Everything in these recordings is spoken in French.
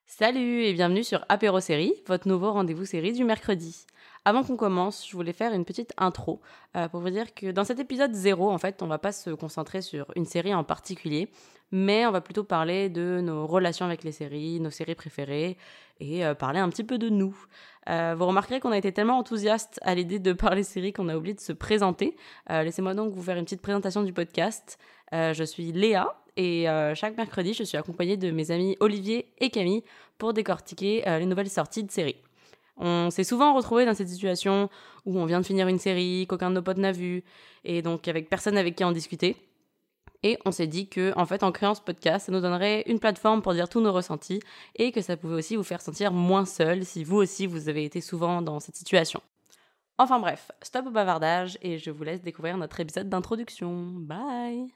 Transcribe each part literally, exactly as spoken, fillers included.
Salut et bienvenue sur Apéro Série, votre nouveau rendez-vous série du mercredi. Avant qu'on commence, je voulais faire une petite intro euh, pour vous dire que dans cet épisode zéro, en fait, on va pas se concentrer sur une série en particulier, mais on va plutôt parler de nos relations avec les séries, nos séries préférées et euh, parler un petit peu de nous. Euh, vous remarquerez qu'on a été tellement enthousiastes à l'idée de parler séries qu'on a oublié de se présenter. Euh, laissez-moi donc vous faire une petite présentation du podcast. Euh, je suis Léa. Et euh, chaque mercredi, je suis accompagnée de mes amis Olivier et Camille pour décortiquer euh, les nouvelles sorties de séries. On s'est souvent retrouvés dans cette situation où on vient de finir une série, qu'aucun de nos potes n'a vue, et donc avec personne avec qui en discuter. Et on s'est dit que, en fait, en créant ce podcast, ça nous donnerait une plateforme pour dire tous nos ressentis et que ça pouvait aussi vous faire sentir moins seul si vous aussi vous avez été souvent dans cette situation. Enfin bref, stop au bavardage et je vous laisse découvrir notre épisode d'introduction. Bye!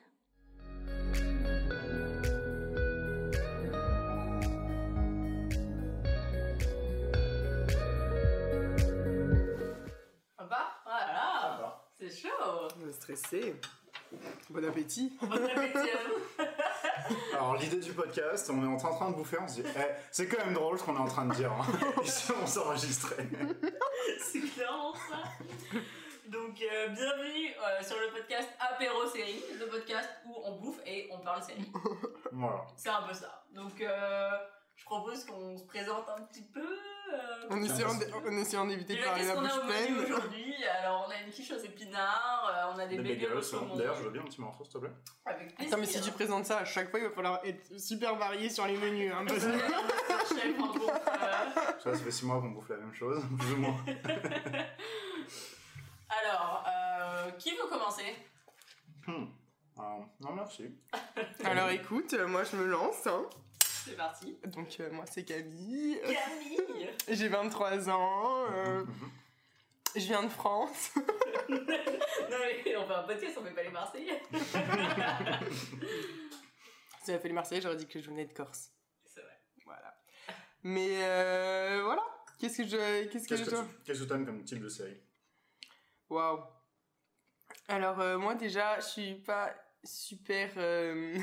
C'est chaud. On est stressé. Bon appétit. Bon appétit à vous. Alors l'idée du podcast, on est en train de bouffer, on se dit eh, c'est quand même drôle ce qu'on est en train de dire. Hein. Ici on s'enregistrait. C'est clairement ça. Donc euh, bienvenue euh, sur le podcast Apéro Série, le podcast où on bouffe et on parle série. Voilà. C'est un peu ça. Donc euh, je propose qu'on se présente un petit peu. Euh, en, essayant de, en essayant d'éviter de parler la bouche pleine. Qu'est-ce qu'on a au menu aujourd'hui? Alors on a une quiche aux épinards, euh, on a des, des bagels au saumon. D'ailleurs je veux bien un petit morceau s'il te plaît. Avec plaisir. Attends mais si tu présentes ça à chaque fois il va falloir être super varié sur les menus. Hein, parce que... chef en bouffe. Euh... Ça, ça fait six mois qu'on bouffe la même chose, plus ou moins. Alors, euh, qui veut commencer? hmm. Alors, non merci. Alors écoute, moi je me lance. Hein. C'est parti. Donc euh, moi c'est Camille. Camille. J'ai vingt-trois ans. Euh, je viens de France. Non mais on fait un podcast, on fait pas les Marseillais. Si j'avais fait les Marseillais, j'aurais dit que je venais de Corse. C'est vrai. Voilà. Mais euh, voilà. Qu'est-ce que je... Qu'est-ce que Qu'est-ce je que dois... tu qu'est-ce que t'aimes comme type de série? Waouh. Alors euh, moi déjà, je suis pas super... Euh...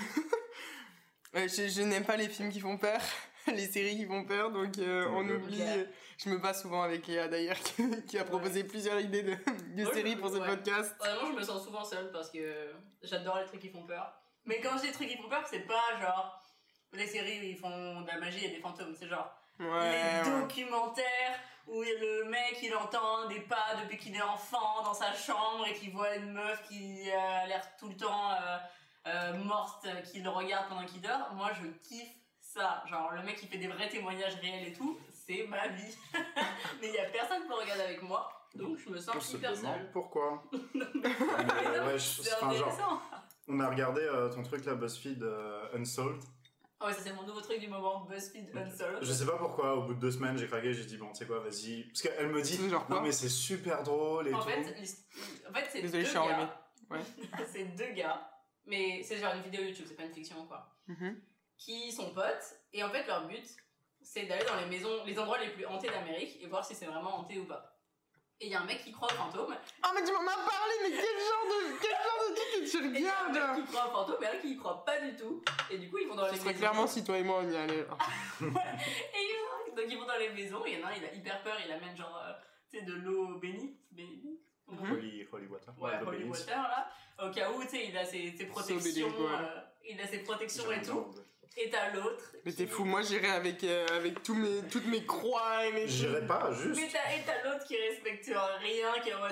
je, je n'aime pas les films qui font peur, les séries qui font peur, donc euh, on oublie... Okay. Je me bats souvent avec Léa d'ailleurs, qui, qui a proposé ouais. plusieurs idées de, de ouais, séries pour ce ouais. podcast. Vraiment, je me sens souvent seule parce que j'adore les trucs qui font peur. Mais quand je dis des trucs qui font peur, c'est pas genre les séries où ils font de la magie et des fantômes, c'est genre ouais, les ouais. documentaires où le mec il entend des pas depuis qu'il est enfant dans sa chambre et qu'il voit une meuf qui a l'air tout le temps euh, euh, morte, qui le regarde pendant qu'il dort. Moi je kiffe ça, genre le mec qui fait des vrais témoignages réels et tout, c'est ma vie. Mais il y a personne pour regarder avec moi, donc je me sens on hyper se demande seule. Pourquoi mais non, ouais, c'est intéressant. On a regardé euh, ton truc là, BuzzFeed euh, Unsolved. Ah ouais, ça c'est mon nouveau truc du moment, BuzzFeed Unsolved. Je sais pas pourquoi, au bout de deux semaines, j'ai craqué, j'ai dit bon, tu sais quoi, vas-y. Parce qu'elle me dit, genre non mais c'est super drôle et en tout. Fait, les... En fait, c'est Désolé, deux je suis enrhumée. Ouais. C'est deux gars, mais c'est genre une vidéo YouTube, c'est pas une fiction quoi. Mm-hmm. Qui sont potes, et en fait leur but, c'est d'aller dans les maisons, les endroits les plus hantés d'Amérique et voir si c'est vraiment hanté ou pas. Et il y a un mec qui croit aux fantômes. Ah mais tu m'en as parlé, mais quel genre de, quel genre de truc que tu regardes? Et il y a un mec qui croit aux fantômes, et un qui y croit pas du tout. Et du coup ils vont dans Ce les serait maisons. Clairement si toi et moi on y allait. Et ils vont, donc ils vont dans les maisons, et il y en a un il a hyper peur, il amène genre, euh, tu sais, de l'eau bénie. bénie mm-hmm. Holy, holy water. Ouais, ouais holy water là. Au cas où, tu sais, il a ses, ses protections. So euh, il a ses protections et tout. Et t'as l'autre. Mais t'es qui... fou, moi j'irais avec, euh, avec tous mes, toutes mes croix et mes. J'irais pas, juste. Mais t'as, et t'as l'autre qui respecte rien, qui est en mode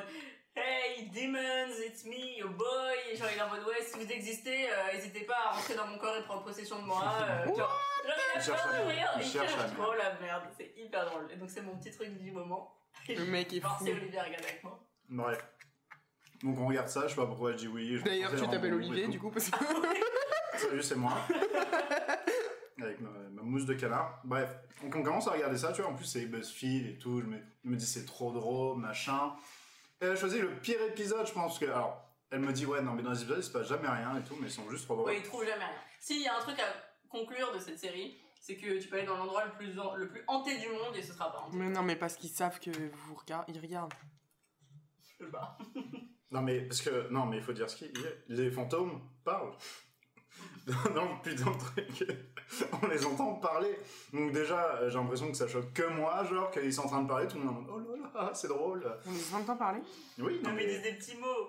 hey demons, it's me, your boy. Genre il est en mode ouais, si vous existez, euh, n'hésitez pas à rentrer dans mon corps et prendre possession de moi. Euh, genre, genre il a peur de rien, il cherche trop la merde, c'est hyper drôle. Et donc c'est mon petit truc du moment. Le mec est fou. C'est Olivier à regarder avec moi. Bref. Donc on regarde ça, je sais pas pourquoi je dis oui. Je D'ailleurs tu t'appelles Olivier du coup parce que. Salut, c'est moi. Avec ma, ma mousse de canard. Bref, donc on commence à regarder ça, tu vois, en plus c'est BuzzFeed et tout, je me, je me dis c'est trop drôle, machin. Et elle a choisi le pire épisode, je pense que, alors, elle me dit ouais, non mais dans les épisodes il se passe jamais rien et tout, mais ils sont juste trop drôles. Ouais, ils trouvent jamais rien. Si, il y a un truc à conclure de cette série, c'est que tu peux aller dans l'endroit le plus, le plus hanté du monde et ce sera pas hanté. Mais non, mais parce qu'ils savent que vous regardez, ils regardent. Je sais pas. Non mais, parce que, non mais il faut dire ce qu'il y a, les fantômes parlent. dans le putain de truc, on les entend parler. Donc déjà, j'ai l'impression que ça choque que moi, genre, qu'ils sont en train de parler, tout le monde est en mode, oh là là, c'est drôle. On les entend parler. Oui, Non, non, mais ils mais... disent des petits mots.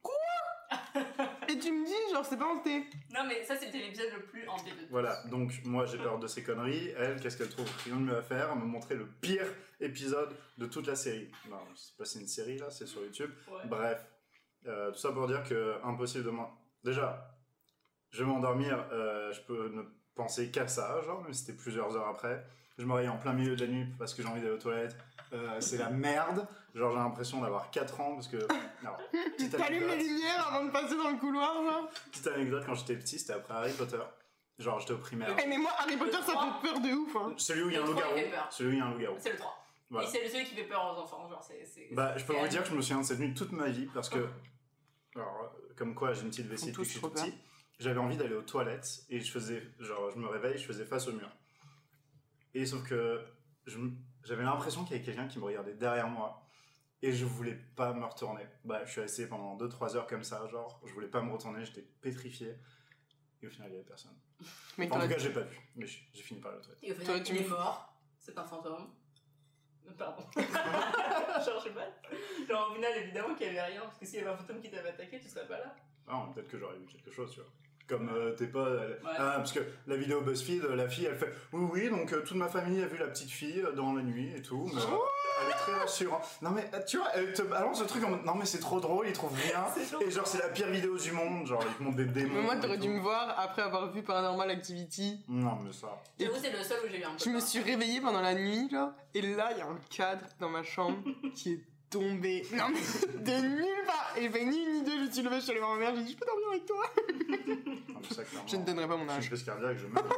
Et tu me dis, genre, c'est pas hanté. Non, mais ça, c'était l'épisode le plus hanté de tous. Voilà, donc moi j'ai peur de ces conneries. Elle, qu'est-ce qu'elle trouve rien de mieux à faire? Me montrer le pire épisode de toute la série. Non, je sais pas si c'est une série là, c'est sur YouTube. Ouais. Bref, euh, tout ça pour dire que impossible de m'en... Déjà, je vais m'endormir, euh, je peux ne penser qu'à ça, genre, même si c'était plusieurs heures après. Je me réveille en plein milieu de la nuit parce que j'ai envie d'aller aux toilettes. Euh, c'est la merde. Genre, j'ai l'impression d'avoir quatre ans parce que. Alors, petite T'allumes les anecdote, lumières avant de passer dans le couloir, genre. petite anecdote, quand j'étais petit, c'était après Harry Potter. Genre, j'étais au primaire. Eh, mais moi, Harry Potter, ça fait peur de ouf, hein. Celui où il y a un Le trois, loup-garou. il fait peur. Celui où il y a un loup-garou. C'est le trois. Voilà. Et c'est le celui qui fait peur aux enfants, genre, c'est... c'est- Bah, je peux c'est vous dire animé. que je me souviens de cette nuit toute ma vie parce que. Alors, euh, comme quoi, j'ai une petite vessie Ils font depuis que je suis tous tout trop petit. J'avais envie d'aller aux toilettes et je faisais. Genre, je me réveille, je faisais face au mur. Et sauf que. je m- J'avais l'impression qu'il y avait quelqu'un qui me regardait derrière moi. Et je voulais pas me retourner. Bah, je suis resté pendant deux trois heures comme ça, genre, je voulais pas me retourner, j'étais pétrifié. Et au final, il y avait personne. Mais Enfin, en tout t'aurais- cas, j'ai pas vu, mais j'ai j'ai fini par le toilette. Et au final, Toi, tu il me- est mort. C'est un fantôme. Pardon. Genre, je sais pas. Genre, au final, évidemment qu'il y avait rien. Parce que s'il y avait un fantôme qui t'avait attaqué, tu serais pas là. Ah, peut-être que j'aurais vu quelque chose, tu vois. Comme euh, t'es pas. elle- Ouais. Ah, parce que la vidéo BuzzFeed, la fille, elle fait oui, oui, donc euh, toute ma famille a vu la petite fille euh, dans la nuit et tout. Mais, euh, elle est très rassurante. Non, mais euh, tu vois, elle te balance le truc en mode non, mais c'est trop drôle, ils trouvent rien. C'est trop Et genre, c'est la pire vidéo du monde. Genre, ils te montrent des démons. Mais moi, et t'aurais tout. dû me voir après avoir vu Paranormal Activity. Non, mais ça. Et J'avoue, c'est le seul où j'ai eu un peu Je me peur. suis réveillée pendant la nuit, là, et là, il y a un cadre dans ma chambre qui est tombé. Non, mais de nulle part. Et j'ai fait ni une ni deux, je me suis levée, je suis allée voir ma mère, j'ai dit, je peux dormir avec toi? Non, mais ça, clairement. Je ne donnerai pas mon Je suis âge. une crise cardiaque, je meurs.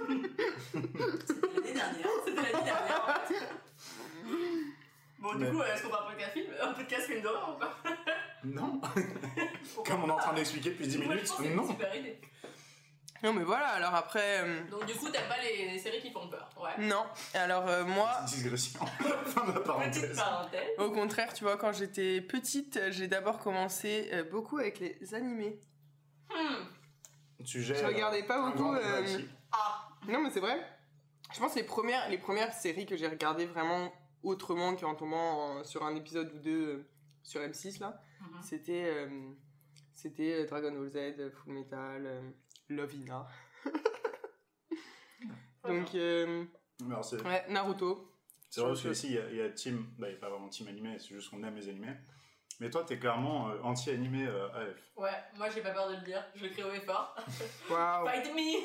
C'était l'année dernière. C'était l'année dernière, en fait. Bon, du Mais- coup, est-ce qu'on parle podcast film Un podcast film d'horreur ou pas Non. Comme on est en train d'expliquer depuis dix Moi, je minutes, pense que c'est une non. super idée. Non, mais voilà, alors après. euh, Donc, du coup, t'aimes pas les, les séries qui font peur. Ouais. Non, alors euh, moi, Digression. Fin de la Petite parenthèse. parenthèse. au contraire, tu vois, quand j'étais petite, j'ai d'abord commencé euh, beaucoup avec les animés. Hmm. Tu gères. Je regardais pas un beaucoup, grand débat euh, ici. Ah. Non, mais c'est vrai. Je pense que les premières, les premières séries que j'ai regardées vraiment autrement qu'en tombant en- sur un épisode ou deux euh, sur M six, là, Mhm. c'était euh, c'était Dragon Ball Z, Full Metal, euh, Love Ina. Donc, euh, Mais alors, c'est ouais, Naruto. c'est vrai parce que ici, il y a- il y, a team. Bah, il n'y a pas vraiment team animé, c'est juste qu'on aime les animés. Mais toi, t'es clairement euh, anti-animé euh, A F. Ouais, moi j'ai pas peur de le dire, je le crie haut et fort. Waouh. Fight me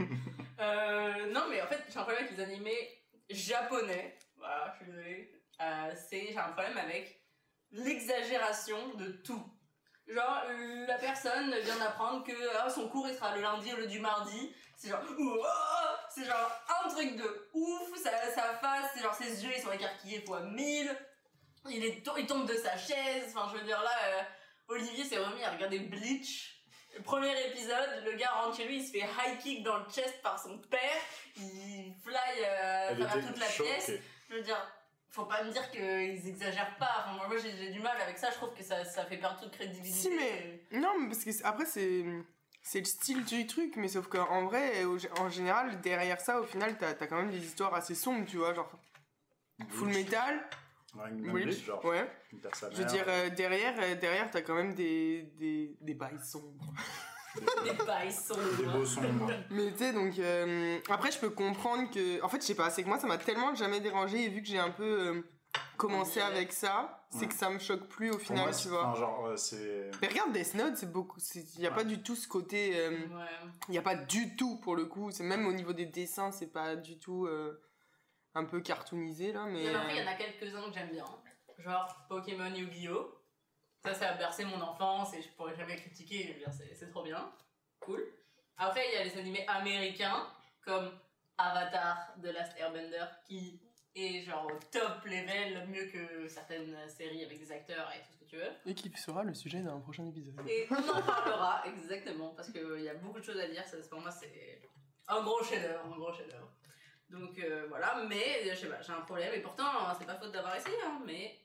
euh, Non, mais en fait, j'ai un problème avec les animés japonais. Voilà, je suis désolée. Euh, c'est, j'ai un problème avec l'exagération de tout. Genre, la personne vient d'apprendre que ah, son cours il sera le lundi au lieu du mardi. C'est genre, Ouah c'est genre un truc de ouf. Sa, sa face, c'est genre ses yeux ils sont écarquillés fois mille. Il, est to- il tombe de sa chaise. Enfin, je veux dire, là, euh, Olivier s'est remis à regarder Bleach. Le premier épisode, le gars rentre chez lui, il se fait high kick dans le chest par son père. Il fly euh, à Elle travers était toute la choquée. pièce. Je veux dire, faut pas me dire qu'ils exagèrent pas. Enfin, moi, moi, j'ai, j'ai du mal avec ça. Je trouve que ça, ça fait perdre toute crédibilité. Si, mais- Non, mais parce que c'est- après, c'est. C'est le style du truc, mais sauf qu'en vrai, au- en général, derrière ça, au final, t'as t'as quand même des histoires assez sombres, tu vois, genre Full Metal, Ouais, même Bleach, Bleach, genre, ouais. il perd sa Je veux mère, dire, euh, derrière, euh, derrière, t'as quand même des, des, des bails sombres. Des bails sombres. des beaux sombres. Mais tu sais, donc, euh, après, je peux comprendre que. En fait, je sais pas, c'est que moi, ça m'a tellement jamais dérangé, et vu que j'ai un peu euh, commencé Ouais. avec ça, c'est Ouais. que ça me choque plus au Pour final, moi, tu c'est- vois. enfin, genre, euh, c'est. Mais regarde, Death Note, c'est beaucoup. Il y a Ouais. pas du tout ce côté. euh, Ouais. Il n'y a pas du tout pour le coup, c'est même au niveau des dessins, c'est pas du tout euh, un peu cartoonisé là, mais. Et après, il y en euh, a quelques-uns que j'aime bien. Genre Pokémon Yu-Gi-Oh! Ça, ça a bercé mon enfance et je pourrais jamais critiquer. Je veux dire, c'est, c'est trop bien. Cool. Après, il y a les animés américains comme Avatar de Last Airbender qui est genre au top level, mieux que certaines séries avec des acteurs et tout ce que tu veux. Et qui sera le sujet d'un prochain épisode. Et on en parlera exactement parce qu'il y a beaucoup de choses à dire. Ça, pour moi, c'est un gros chef-d'œuvre, un gros chef-d'œuvre. Donc euh, voilà, mais je sais pas, j'ai un problème et pourtant c'est pas faute d'avoir essayé, hein, mais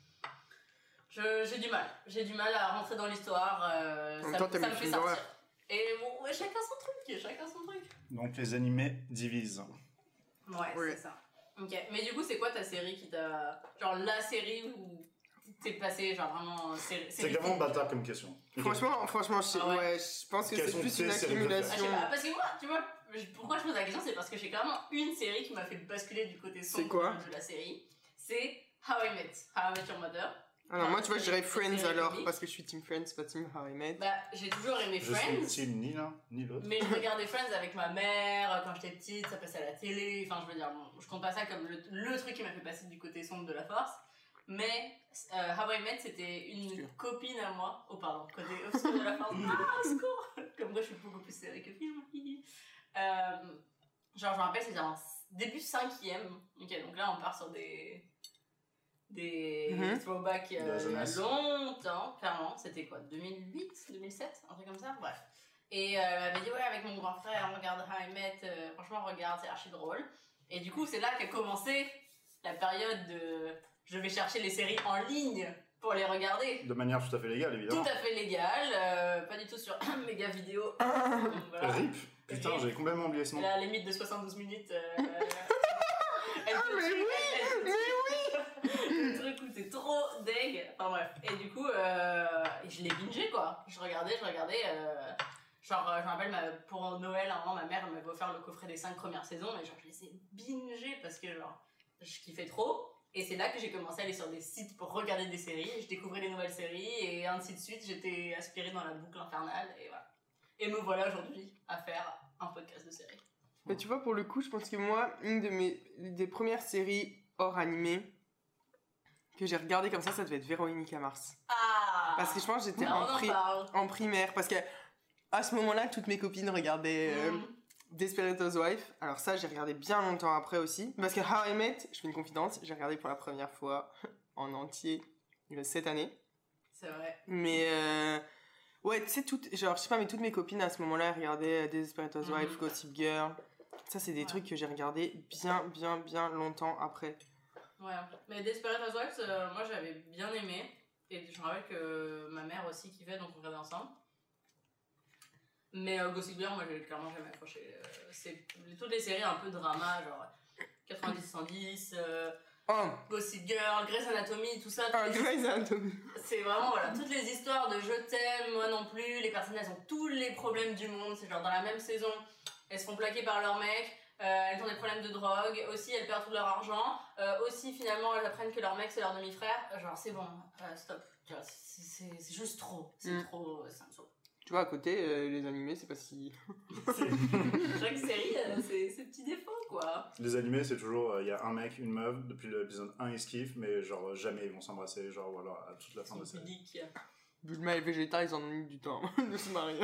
je, j'ai du mal, j'ai du mal à rentrer dans l'histoire. Euh, En même ça temps, me- t'aimes ça les me fait films sortir. d'horreur. Et bon, ouais, chacun son truc. truc, chacun son truc. Donc les animés divisent. Ouais, Ouais. c'est ça. Ok, mais du coup, c'est quoi ta série qui t'a. Genre la série où t'es passé, genre vraiment. Série, C'est vraiment bâtard comme question. Ok. Franchement, franchement, je, Ah ouais. ouais, je pense que Quelles c'est sont plus tes une séries Ah, je accumulation. sais pas, parce que moi, tu vois, je- pourquoi je pose la question, c'est parce que j'ai clairement une série qui m'a fait basculer du côté C'est sombre quoi de la série. C'est How I Met, How I Met Your Mother. Alors moi, tu vois, je dirais Des Friends séries alors, comiques. parce que je suis Team Friends, pas Team How I Met. Bah, j'ai toujours aimé Je Friends. suis team ni l'un ni l'autre. Mais je regardais Friends avec ma mère quand j'étais petite, ça passait à la télé, enfin je veux dire, bon, je compte pas ça comme le, le truc qui m'a fait passer du côté sombre de la force. Mais euh, How I Met, c'était une Obscur. copine à moi. Oh pardon, côté obscur de la force. Ah, au secours. Comme moi je suis beaucoup plus série que film. euh, genre je me rappelle, c'était en début cinquième. Ok, donc là on part sur des... des Mhm. throwbacks De la euh, il y a jeunesse. longtemps, clairement. C'était quoi, deux mille huit, deux mille sept, un truc comme ça, bref. Et euh, elle m'avait dit, ouais, avec mon grand frère, on regarde How I Met, euh, franchement, regarde, c'est archi drôle. Et du coup, c'est là qu'a commencé la période de. Je vais chercher les séries en ligne pour les regarder. De manière tout à fait légale, évidemment. Tout à fait légal, euh, pas du tout sur méga vidéo. Donc, voilà. Rip. Putain, Rip. j'ai complètement oublié ce nom. La limite de soixante-douze minutes. Euh, elle Ah, te mais tue, oui, elle- elle te tue. Le truc où c'est trop deg. Enfin bref. Et du coup, euh, je l'ai bingé quoi. Je regardais, je regardais. Euh, genre, euh, je me rappelle, ma- pour Noël, un moment, ma mère m'avait offert le coffret des cinq premières saisons. Et genre, je les ai bingés parce que genre, je kiffais trop. Et c'est là que j'ai commencé à aller sur des sites pour regarder des séries. Je découvrais les nouvelles séries et ainsi de suite. J'étais aspirée dans la boucle infernale. Et voilà. Et me voilà aujourd'hui à faire un podcast de séries. Mais tu vois, pour le coup, je pense que moi, une de mes des premières séries hors animé que j'ai regardé comme ça, ça devait être Véronica Mars. Ah Parce que je pense que j'étais Non, en, on en pri- parle. en primaire. Parce que à ce moment-là, toutes mes copines regardaient euh, Mhm. Desperate Housewives. Alors ça, j'ai regardé bien longtemps après aussi. Parce que How I Met, je fais une confidence, j'ai regardé pour la première fois en entier euh, cette année. C'est vrai. Mais euh, ouais, tu sais, toutes, genre, je sais pas, mais toutes mes copines à ce moment-là elles regardaient euh, Desperate Housewives, Mhm. Gossip Girl. Ça, c'est des Ouais. trucs que j'ai regardé bien, bien, bien longtemps après. Ouais, mais Desperate Housewives, euh, moi j'avais bien aimé. Et je me rappelle que ma mère aussi kiffait, donc on regardait ensemble. Mais euh, Gossip Girl, moi j'ai clairement jamais accroché. Euh, c'est toutes les séries un peu drama, genre quatre-vingt-dix cent dix, euh, Oh, Gossip Girl, Grey's Anatomy, tout ça. un toutes les- Grey's Anatomy. C'est vraiment voilà, toutes les histoires de je t'aime, moi non plus, les personnes elles ont tous les problèmes du monde, c'est genre dans la même saison, elles se font plaquer par leur mec, euh, elles ont des problèmes de drogue, aussi elles perdent tout leur argent, euh, aussi finalement elles apprennent que leur mec c'est leur demi-frère, genre c'est bon, euh, stop, tu vois, c'est- c'est c'est juste trop, c'est Mm. trop, euh, ça me saoule. Tu vois, à côté, euh, les animés, c'est pas si. Chaque série a ses, ses petits défauts quoi. Les animés, c'est toujours, il y a un mec, une meuf, depuis l'épisode un, ils se kiffent, mais genre jamais ils vont s'embrasser, genre voilà, à toute la Ils fin de la sont série. pudiques. Bulma et Vegeta, ils en ont eu du temps de se marier.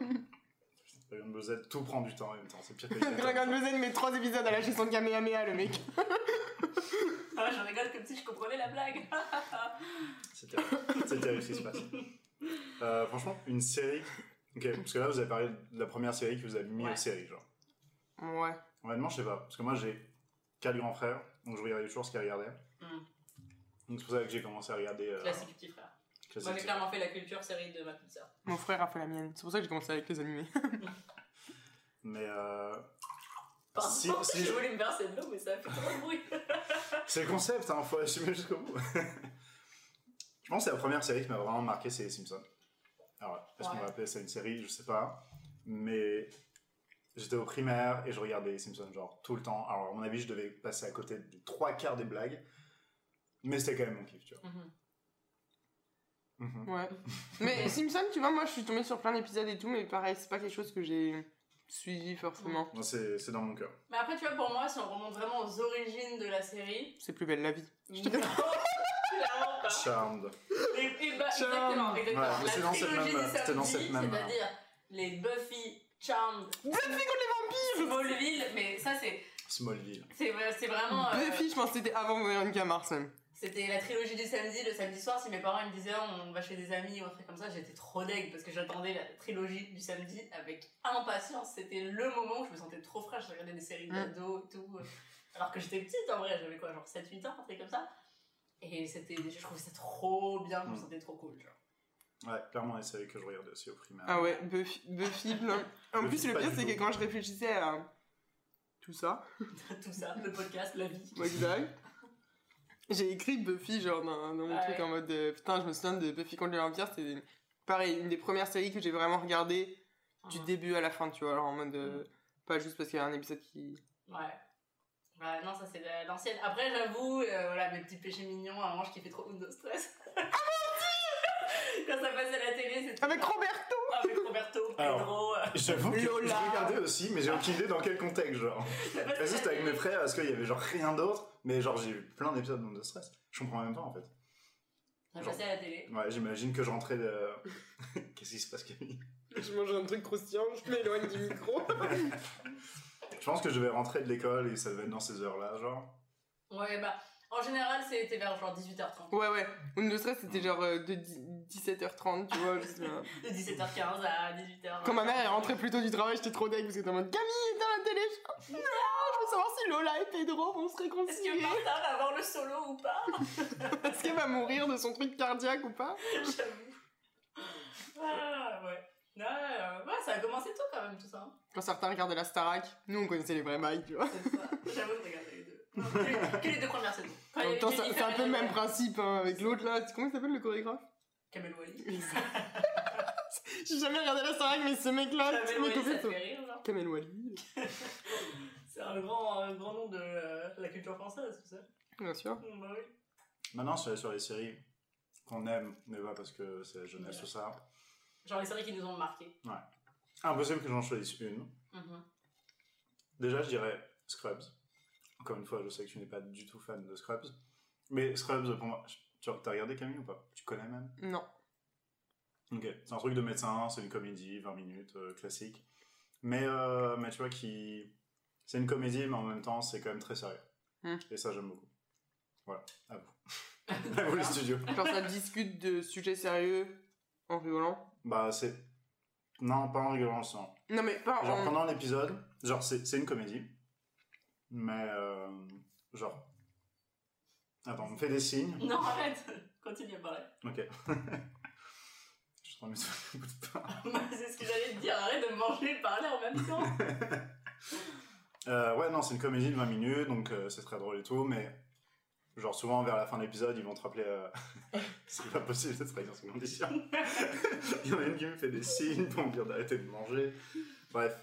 Dragon Ball Z, tout prend du temps en même temps, c'est pire que Dragon Ball Z met trois épisodes à lâcher son Kamehameha, le mec. Ah, je rigole comme si je comprenais la blague. C'est terrible, c'est terrible ce qui se passe. Euh, franchement, une série. Ok, parce que là vous avez parlé de la première série que vous avez mis Ouais. aux séries, genre. Ouais. Honnêtement, je sais pas, parce que moi j'ai quatre grands frères, donc je regardais toujours ce qu'ils regardaient. Mm. Donc c'est pour ça que j'ai commencé à regarder. Euh, Classique petit frère. classique. Moi j'ai clairement fait la culture série de ma petite sœur. Mon frère a fait la mienne. C'est pour ça que j'ai commencé avec les animés. Mais euh, Pardon, Si- si je je- voulais me verser de l'eau, mais ça a fait trop de bruit. c'est le concept, hein, faut assumer jusqu'au bout. Je pense que la première série qui m'a vraiment marqué, c'est les Simpsons. Alors, est-ce qu'on Ouais. va appeler ça une série? Je sais pas. Mais j'étais au primaire et je regardais les Simpsons, genre, tout le temps. Alors, à mon avis, je devais passer à côté de trois quarts des blagues. Mais c'était quand même mon kiff, tu vois. Mhm. Ouais. Mais Simpson, tu vois, moi je suis tombée sur plein d'épisodes et tout, mais pareil, c'est pas quelque chose que j'ai suivi forcément. Moi, c'est c'est dans mon cœur. Mais après, tu vois, pour moi, si on remonte vraiment aux origines de la série. C'est plus belle la vie. Non, clairement pas. Charmed. Et, et bah, Charmed. exactement, exactement. Ouais, mais c'est la dans cette trilogie même- du c'était dans samedi, cette même- c'est-à-dire les Buffy, Charmed, Buffy contre les vampires. Smallville, mais ça c'est Smallville. c'est c'est vraiment. euh, Buffy, je pense que c'était avant Veronica Mars même. C'était la trilogie du samedi, le samedi soir, si mes parents ils me disaient on va chez des amis ou un truc comme ça, j'étais trop deg parce que j'attendais la trilogie du samedi avec impatience. C'était le moment où je me sentais trop fraîche, je regardais des séries Mm. d'ados et tout. Alors que j'étais petite en vrai, j'avais quoi, genre sept huit ans, un truc comme ça. Et c'était, je trouvais ça trop bien, je me Mm. sentais trop cool, genre. Ouais, clairement, les séries que je regardais aussi au primaire. Ah ouais, Buffy, Buffy plein. En Buffy, plus, le pas pire, du c'est tout. que quand je réfléchissais à tout ça, Tout ça, le podcast, la vie. exact, j'ai écrit Buffy, genre, dans, dans mon Ouais. truc en mode de, putain, je me souviens de Buffy contre les vampires, c'était pareil, une des premières séries que j'ai vraiment regardées du Mhm. début à la fin, tu vois, alors en mode. euh, Mhm. Pas juste parce qu'il y a un épisode qui. Ouais. Ouais, non, ça c'est la- l'ancienne. Après, j'avoue, euh, voilà, mes petits péchés mignons, à un moment, je kiffais trop Undo Stress. Quand ça passait à la télé, c'était. Avec Roberto! Avec Roberto, Alors, Pedro. euh, J'avoue que Lola. je regardais aussi, mais j'ai aucune idée dans quel contexte, genre. ça passait à Est-ce que la c'était avec télé. mes frères, est-ce qu'il y avait genre rien d'autre? Mais genre, j'ai eu plein d'épisodes de stress. Je comprends même pas en fait. Ça passait à la télé. Ouais, j'imagine que je rentrais de. Qu'est-ce qui se passe, Camille? Je mange un truc croustillant, je m'éloigne du micro. Je pense que je vais rentrer de l'école et ça devait être dans ces heures-là, genre. Ouais, bah, en général, c'était vers genre dix-huit heures trente. Ouais, ouais. Undo Stress, c'était genre euh, de dix-sept heures trente, tu vois. Juste, euh. De dix-sept heures quinze à dix-huit heures. Quand ma mère est rentrée plus tôt du travail, j'étais trop deg parce que t'es en mode Camille est dans la télé. Je... Non, je veux savoir si Lola et Pedro vont se Est-ce que réconcilier. Martha va avoir le solo ou pas? Est-ce qu'elle va mourir de son truc cardiaque ou pas? J'avoue. Ah, ouais. Ouais, euh, ouais, ça a commencé tôt quand même tout ça. hein. Quand certains regardaient la Starac, nous on connaissait les vrais bails, tu vois. C'est ça. J'avoue que regarder les deux. Non, que, les, que les deux premières saisons. Quand En il y même avait temps, ça- Jennifer c'est un peu le même Aniston, principe hein, avec l'autre là. Comment il s'appelle le chorégraphe? Kamel Wally. J'ai jamais regardé la Starac, mais ce mec-là, Kamel tous mes Wally, ça copines te sont. fait rire, genre. Kamel Wally, C'est un grand, un grand nom de euh, la culture française, tu sais. bien sûr. Mm, Bah oui. Maintenant, sur, sur les séries qu'on aime, mais pas parce que c'est la jeunesse ou ça. Genre les séries qui nous ont marqué. Impossible que j'en choisisse une. Mhm. Déjà, je dirais Scrubs. Encore une fois, je sais que tu n'es pas du tout fan de Scrubs. Mais Scrubs, pour moi, tu as regardé Camille ou pas? Tu connais même? Non. Ok, c'est un truc de médecin, c'est une comédie, vingt minutes, euh, classique. Mais, euh, mais tu vois, qui... c'est une comédie, mais en même temps, c'est quand même très sérieux. Hmm. Et ça, j'aime beaucoup. Voilà, à vous. À vous, les studios. Genre ça discute de sujets sérieux en rigolant. Bah, c'est... Non, pas en rigolant le sang. Non mais pas Genre, en... pendant l'épisode, genre, c'est c'est une comédie. Mais, euh, genre... Attends, on me fait des signes. Non, arrête. Continue à parler. Ok. Je suis en train de mettre un bout de pain. C'est ce que j'allais te dire. Arrête de manger et de parler en même temps. Euh, ouais, non, c'est une comédie de vingt minutes, donc euh, c'est très drôle et tout, mais genre souvent vers la fin de l'épisode, ils vont te rappeler. Euh... c'est pas possible d'être dans ces conditions. Il y en a une qui me fait des signes pour me dire d'arrêter de manger. Bref.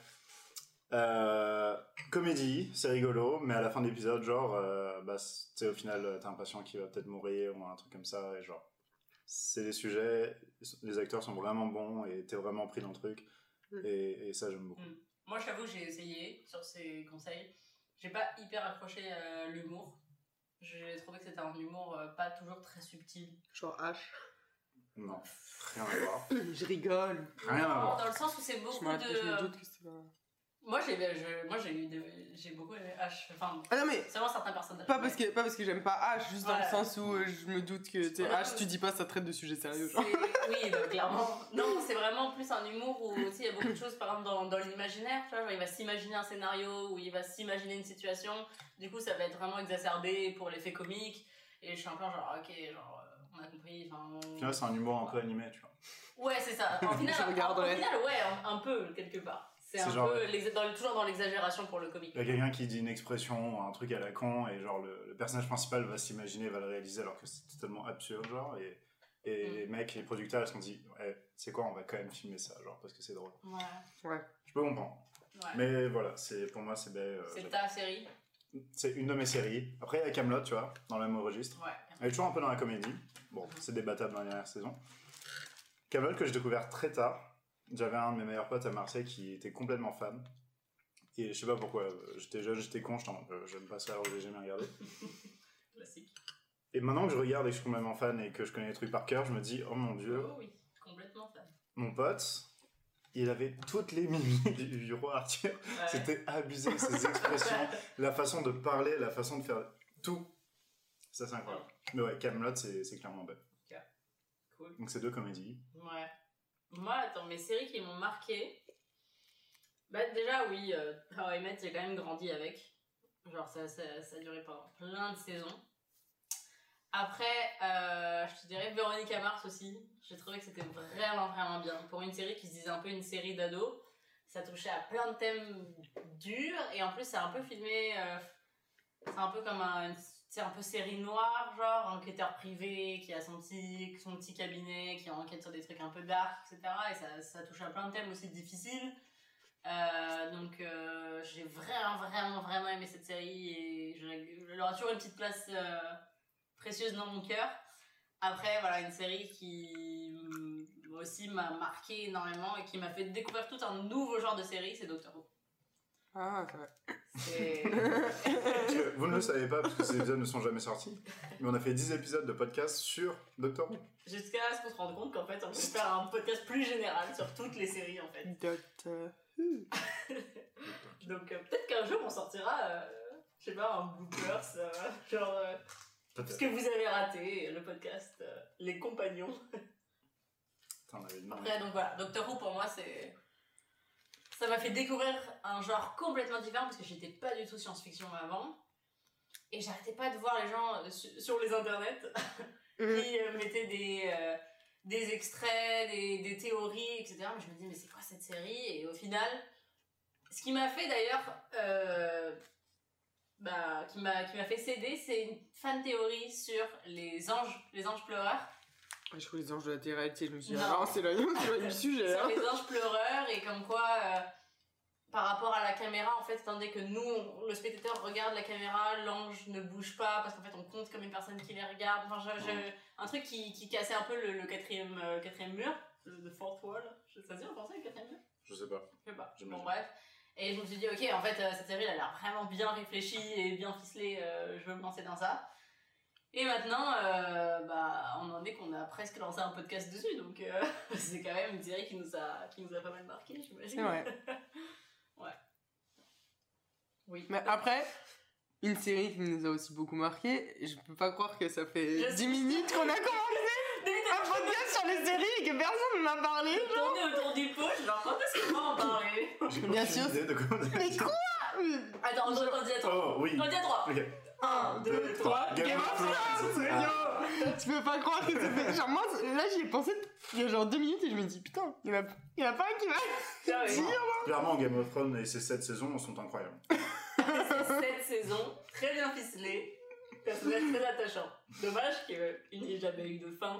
Euh, comédie, c'est rigolo, mais à la fin de l'épisode, genre, euh, bah, tu sais, au final, t'as un patient qui va peut-être mourir ou un truc comme ça, et genre, c'est des sujets, les acteurs sont vraiment bons et t'es vraiment pris dans le truc, et, et ça, j'aime beaucoup. Mm. Moi, je t'avoue que j'ai essayé sur ces conseils. J'ai pas hyper accroché à l'humour. J'ai trouvé que c'était un humour euh, pas toujours très subtil. Genre H. Non, rien à voir. Je rigole. Rien à Non, voir. dans le sens où c'est Je beaucoup me, de. je me doute que c'est pas... Moi, j'ai, je, moi, j'ai eu des- j'ai beaucoup aimé H. Enfin, Ah non mais... seulement certains personnages. Pas parce que, pas parce que j'aime pas H, juste dans Ouais. le sens où euh, je me doute que, tu sais, Ouais. H, tu dis pas ça traite de sujets sérieux, genre. C'est- Oui, donc, clairement. Non, c'est vraiment plus un humour où tu sais, il y a beaucoup de choses, par exemple, dans, dans l'imaginaire. Tu vois, genre, il va s'imaginer un scénario, où il va s'imaginer une situation. Du coup, ça va être vraiment exacerbé pour l'effet comique. Et je suis un peu genre, ok, genre, euh, on a compris. Enfin, Au final, c'est un humour un peu animé, tu vois. Ouais, c'est ça. En final, Je en, en regarderai. final, ouais, un, un peu, quelque part. C'est C'est un genre- peu, l'ex- dans, toujours dans l'exagération pour le comique. Il y a quelqu'un qui dit une expression, un truc à la con, et genre le, le personnage principal va s'imaginer, va le réaliser alors que c'est totalement absurde, genre, et, et Mm. les mecs, les producteurs, ils se sont dit, ouais, c'est quoi, on va quand même filmer ça, genre, parce que c'est drôle. Ouais. Je peux comprendre. Ouais. Mais voilà, c'est, pour moi, c'est ben, euh, C'est j'adore. ta série. C'est une de mes séries. Après, il y a Kaamelott, tu vois, dans le même registre. Ouais. Elle est toujours un peu dans la comédie. Bon, c'est débattable dans la dernière saison. Kaamelott que j'ai découvert très tard. J'avais un de mes meilleurs potes à Marseille qui était complètement fan. Et je sais pas pourquoi, euh, j'étais jeune, j'étais con, j'étais en mode, euh, j'aime pas ça, alors j'ai jamais regardé. Classique. Et maintenant que je regarde et que je suis complètement fan et que je connais les trucs par cœur, je me dis, oh mon dieu, Oh oui, complètement fan. mon pote, il avait toutes les mimiques du, du roi Arthur. Ouais. C'était abusé, ses expressions, la façon de parler, la façon de faire tout. Ça, c'est incroyable. Mais ouais, Kaamelott, c'est, c'est clairement bête. Cool. Donc c'est deux comédies. Ouais. Moi, attends, mes séries qui m'ont marqué. Bah, déjà, oui, euh, How I Met, j'ai quand même grandi avec. Genre, ça, ça, ça a duré pendant plein de saisons. Après, euh, je te dirais Véronica Mars aussi. J'ai trouvé que c'était vraiment, vraiment bien. Pour une série qui se disait un peu une série d'ados, ça touchait à plein de thèmes durs. Et en plus, c'est un peu filmé... Euh, c'est un peu comme un, c'est un peu série noire, genre enquêteur privé qui a son petit, son petit cabinet, qui enquête sur des trucs un peu dark, et cetera. Et ça, ça touche à plein de thèmes aussi difficiles. Euh, donc euh, j'ai vraiment, vraiment, vraiment aimé cette série. Et je, elle aura toujours une petite place... Euh, précieuse dans mon cœur. Après, voilà, une série qui aussi m'a marqué énormément et qui m'a fait découvrir tout un nouveau genre de série, c'est Doctor Who. Ah, c'est vrai. C'est... Vous ne le savez pas parce que ces épisodes ne sont jamais sortis, mais on a fait dix épisodes de podcast sur Doctor Who. Jusqu'à ce qu'on se rende compte qu'en fait, on peut faire un podcast plus général sur toutes les séries, en fait. Doctor Who. Donc, euh, peut-être qu'un jour, on sortira, euh, je sais pas, un bloopers, euh, genre... Euh, ce que vous avez raté, le podcast euh, Les Compagnons. Putain, Après, donc voilà, Doctor Who pour moi, c'est. Ça m'a fait découvrir un genre complètement différent parce que j'étais pas du tout science-fiction avant. Et j'arrêtais pas de voir les gens euh, su- sur les internets qui euh, mettaient des, euh, des extraits, des, des théories, et cetera. Mais je me dis, mais c'est quoi cette série? Et au final, ce qui m'a fait d'ailleurs. Euh, Bah, qui m'a qui m'a fait céder, c'est une fan théorie sur les anges, les anges pleureurs. Je trouve les anges de la télé-réalité, je me suis dit, Non. ah, c'est le du sujet. Sur Hein. les anges pleureurs et comme quoi, euh, par rapport à la caméra, en fait, étant donné que nous, on- le spectateur regarde la caméra, l'ange ne bouge pas parce qu'en fait, on compte comme une personne qui les regarde. Enfin, je, je, un truc qui, qui cassait un peu le, le quatrième, euh, quatrième mur, le, le fourth wall. Ça se dit en français, le quatrième mur? Je sais pas. Je sais pas. J'imagine. Bon, bref. Et je me suis dit, ok, en fait, euh, cette série, elle a l'air vraiment bien réfléchie et bien ficelée, euh, je veux me lancer dans ça. Et maintenant, euh, bah, on en est qu'on a presque lancé un podcast dessus, donc euh, c'est quand même une série qui nous a, qui nous a pas mal marqué, j'imagine. C'est vrai. Ouais. Oui. Mais après, une série qui nous a aussi beaucoup marqué, je peux pas croire que ça fait Je dix sais. minutes qu'on a commencé un podcast sur les séries et que personne ne m'a parlé. Tourner autour du pot, genre, quand est-ce qu'on va en parler? J'ai Bien aucune sûr. idée de comment on a Mais dit. quoi? Attends, on, on dit à trois. Oh oui. On dit à trois. Ok. Un, deux, trois. Game of Thrones, Ah. yo. Tu peux pas croire que c'était... Genre moi, là j'y ai pensé il y a genre deux minutes et je me dis putain, il y en a, il y en a pas un qui va Ah oui. dire. Clairement, Game of Thrones et ses sept saisons sont incroyables. C'est cette saison, très bien ficelée, personnage très attachant. Dommage qu'il n'y ait jamais eu de fin.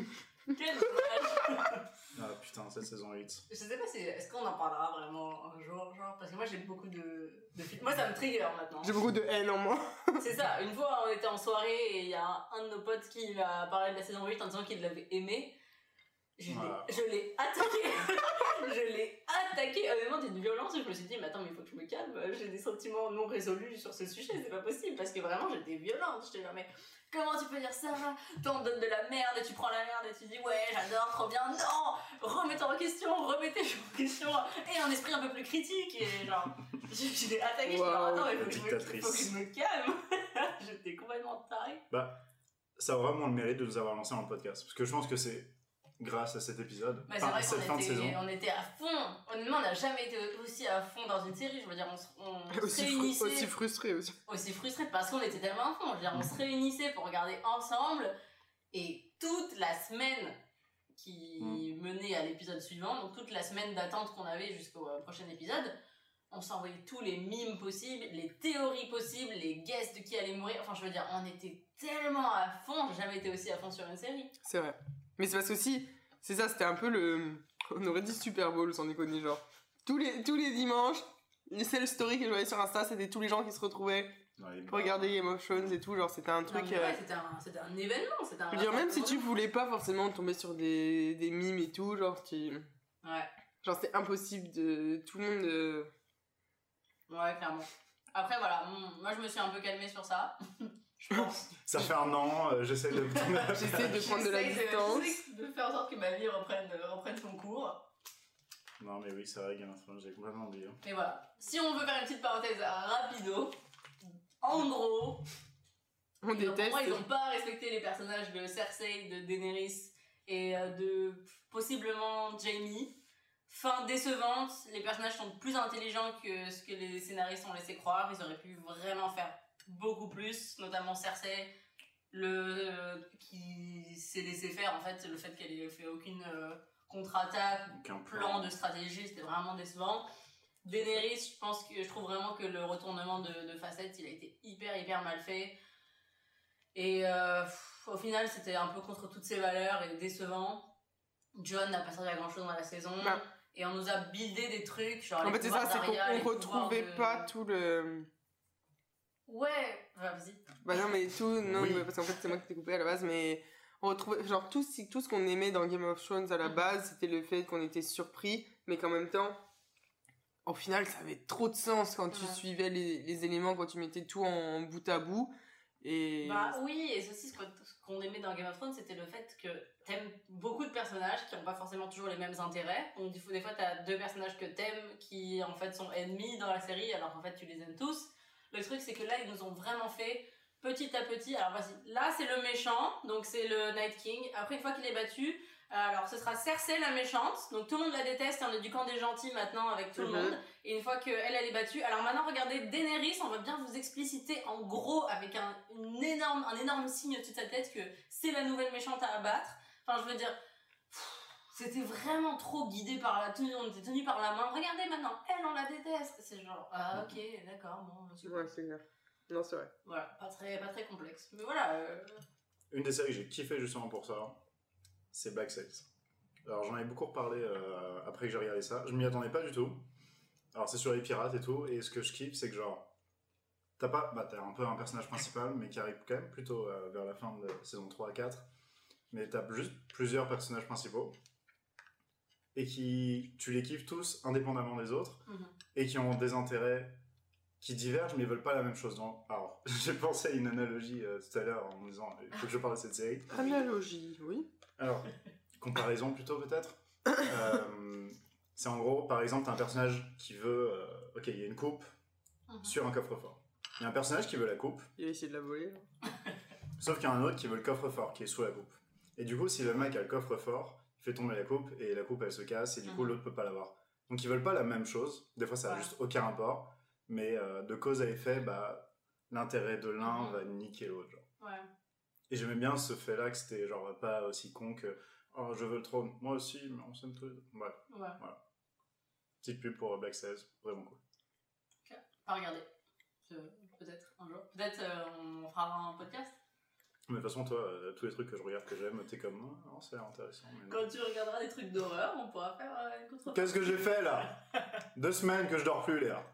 Quel dommage. Ah putain, cette saison huit. Je sais pas si, est-ce qu'on en parlera vraiment un jour, genre, parce que moi j'ai beaucoup de, de films. Moi ça me trigger maintenant. J'ai beaucoup de haine en moi. C'est ça, une fois on était en soirée et il y a un, un de nos potes qui a parlé de la saison huit en disant qu'il l'avait aimé. Je l'ai, Voilà. je l'ai attaqué. Je l'ai attaqué. Honnêtement, d'une violence. Je me suis dit, mais attends, mais il faut que je me calme. J'ai des sentiments non résolus sur ce sujet. C'est pas possible. Parce que vraiment, j'étais violente. J'étais genre, mais comment tu peux dire ça? Toi, on te donne de la merde et tu prends la merde et tu dis, ouais, j'adore, trop bien. Non! Remettez en question, remettez en question. Et un esprit un peu plus critique. Et genre, je, je l'ai attaqué. Je Wow, suis genre, attends, il faut, que je me- dictatrice. faut que je me calme. J'étais complètement tarée. Bah, ça a vraiment le mérite de nous avoir lancé dans le podcast. Parce que je pense que c'est grâce à cet épisode, Bah, c'est enfin, vrai à cette fin qu'on de saison. était, on était à fond. Honnêtement, on n'a jamais été aussi à fond dans une série. Je veux dire, on, se- on se Aussi, fru- réunissait. aussi frustré aussi. Aussi frustrés parce qu'on était tellement à fond. Je veux dire, on se réunissait pour regarder ensemble et toute la semaine qui Mm. menait à l'épisode suivant, donc toute la semaine d'attente qu'on avait jusqu'au euh, prochain épisode, on s'envoyait tous les mimes possibles, les théories possibles, les guesses de qui allait mourir. Enfin, je veux dire, on était tellement à fond. J'ai jamais été aussi à fond sur une série. C'est vrai. Mais c'est parce que aussi, c'est ça, c'était un peu le... On aurait dit Super Bowl sans déconner, genre. Tous les, tous les dimanches, les seules stories que je voyais sur Insta, c'était tous les gens qui se retrouvaient Dans les pour regarder Game of Thrones et tout, genre c'était un Non, truc... mais euh, ouais, c'était un, c'était un événement. C'était un Je veux dire, même si tu rassemblement. voulais pas forcément tomber sur des, des mimes et tout, genre, tu... Ouais. genre c'est impossible de... Tout le monde... euh, Ouais, clairement. Après, voilà, mon- moi je me suis un peu calmée sur ça. Je pense. Ça fait un an, euh, j'essaie de... J'essaie de prendre de la J'essaie distance. j'essaie de faire en sorte que ma vie reprenne, reprenne son cours. Non mais oui, c'est vrai, Game of Thrones, j'ai complètement oublié. Et voilà. Si on veut faire une petite parenthèse rapido, en gros, On pour déteste. moi ils n'ont pas respecté les personnages de Cersei, de Daenerys et euh, de possiblement Jaime. Fin décevante, les personnages sont plus intelligents que ce que les scénaristes ont laissé croire. Ils auraient pu vraiment faire beaucoup plus, notamment Cersei. le qui s'est laissé faire, en fait, le fait qu'elle ait fait aucune euh, contre-attaque, Aucun plan de stratégie, c'était vraiment décevant. Daenerys, je pense que je trouve vraiment que le retournement de, de facette, il a été hyper hyper mal fait. Et euh, pff, au final, c'était un peu contre toutes ses valeurs et décevant. Jon n'a pas servi à grand chose dans la saison. Bah. Et on nous a buildé des trucs, genre En les fait, c'est pouvoirs ça, c'est qu'on d'Arya, les on retrouvait pouvoirs de- pas tout le. Ouais, bah, vas-y. Bah non, mais tout. Non, Oui. mais parce qu'en fait, c'est moi qui t'ai coupé à la base, mais. On retrouvait. Genre, tout, ce- tout ce qu'on aimait dans Game of Thrones à la Mhm. base, c'était le fait qu'on était surpris, mais qu'en même temps. Au final, ça avait trop de sens quand tu Ouais. suivais les, les éléments, quand tu mettais tout en bout à bout. Et. Bah oui, et ceci, ce qu'on ce qu'on aimait dans Game of Thrones, c'était le fait que t'aimes beaucoup de personnages qui n'ont pas forcément toujours les mêmes intérêts. Donc des fois, des fois, t'as deux personnages que t'aimes qui en fait sont ennemis dans la série, alors qu'en fait tu les aimes tous. Le truc, c'est que là, ils nous ont vraiment fait petit à petit. Alors vas-y, là c'est le méchant, donc c'est le Night King. Après, une fois qu'il est battu, alors ce sera Cersei la méchante, donc tout le monde la déteste, on est du camp des gentils maintenant avec tout Mhm. le monde. Et une fois qu'elle, elle est battue, alors maintenant regardez Daenerys, on va bien vous expliciter en gros avec un, une énorme, un énorme signe au-dessus de sa tête que c'est la nouvelle méchante à abattre. Enfin, je veux dire, pff, c'était vraiment trop guidé par la tenue, on était tenu par la main. Regardez maintenant, elle, on la déteste. C'est genre, ah ok, d'accord, bon, super. Ouais, c'est clair. Non, c'est vrai. Voilà, pas très, pas très complexe. Mais voilà, euh, Une des séries que j'ai kiffé justement pour ça, c'est Black Sails. Alors j'en ai beaucoup reparlé euh, après que j'ai regardé ça. Je m'y attendais pas du tout. Alors c'est sur les pirates et tout, et ce que je kiffe, c'est que genre, t'as pas, bah t'as un peu un personnage principal, mais qui arrive quand même plutôt euh, vers la fin de saison trois à quatre. Mais t'as juste plusieurs personnages principaux, et qui, tu les kiffes tous indépendamment des autres, mhm. et qui ont des intérêts qui divergent mais veulent pas la même chose. Donc, alors, j'ai pensé à une analogie euh, tout à l'heure en me disant il faut que je parle de cette série. Analogie, oui. Alors, comparaison plutôt peut-être. Euh, c'est en gros, par exemple, t'as un personnage qui veut. euh, ok, il y a une coupe Mhm. sur un coffre-fort. Il y a un personnage qui veut la coupe, Il a essayé de la voler. Là. sauf qu'il y a un autre qui veut le coffre-fort qui est sous la coupe. Et du coup, si le mec a le coffre-fort, il fait tomber la coupe et la coupe elle se casse et du coup Mhm. l'autre peut pas l'avoir. Donc ils veulent pas la même chose. Des fois, ça a Ouais. juste aucun rapport. Mais euh, de cause à effet, bah, l'intérêt de l'un Mhm. va niquer l'autre. Genre. Ouais. Et j'aimais bien ce fait-là que c'était genre pas aussi con que oh je veux le trône. Moi aussi, mais on s'aime tous les deux. Bref, Ouais. petite pub pour Black Sails, vraiment cool. Pas regarder. Je- Peut-être un jour. Peut-être euh, on fera un podcast. Mais de toute façon, toi, euh, tous les trucs que je regarde que j'aime, t'es comme moi, oh, c'est intéressant. Mais non. Quand tu regarderas des trucs d'horreur, on pourra faire euh, une contre. Qu'est-ce que j'ai fait là? Deux semaines que je dors plus, Léa.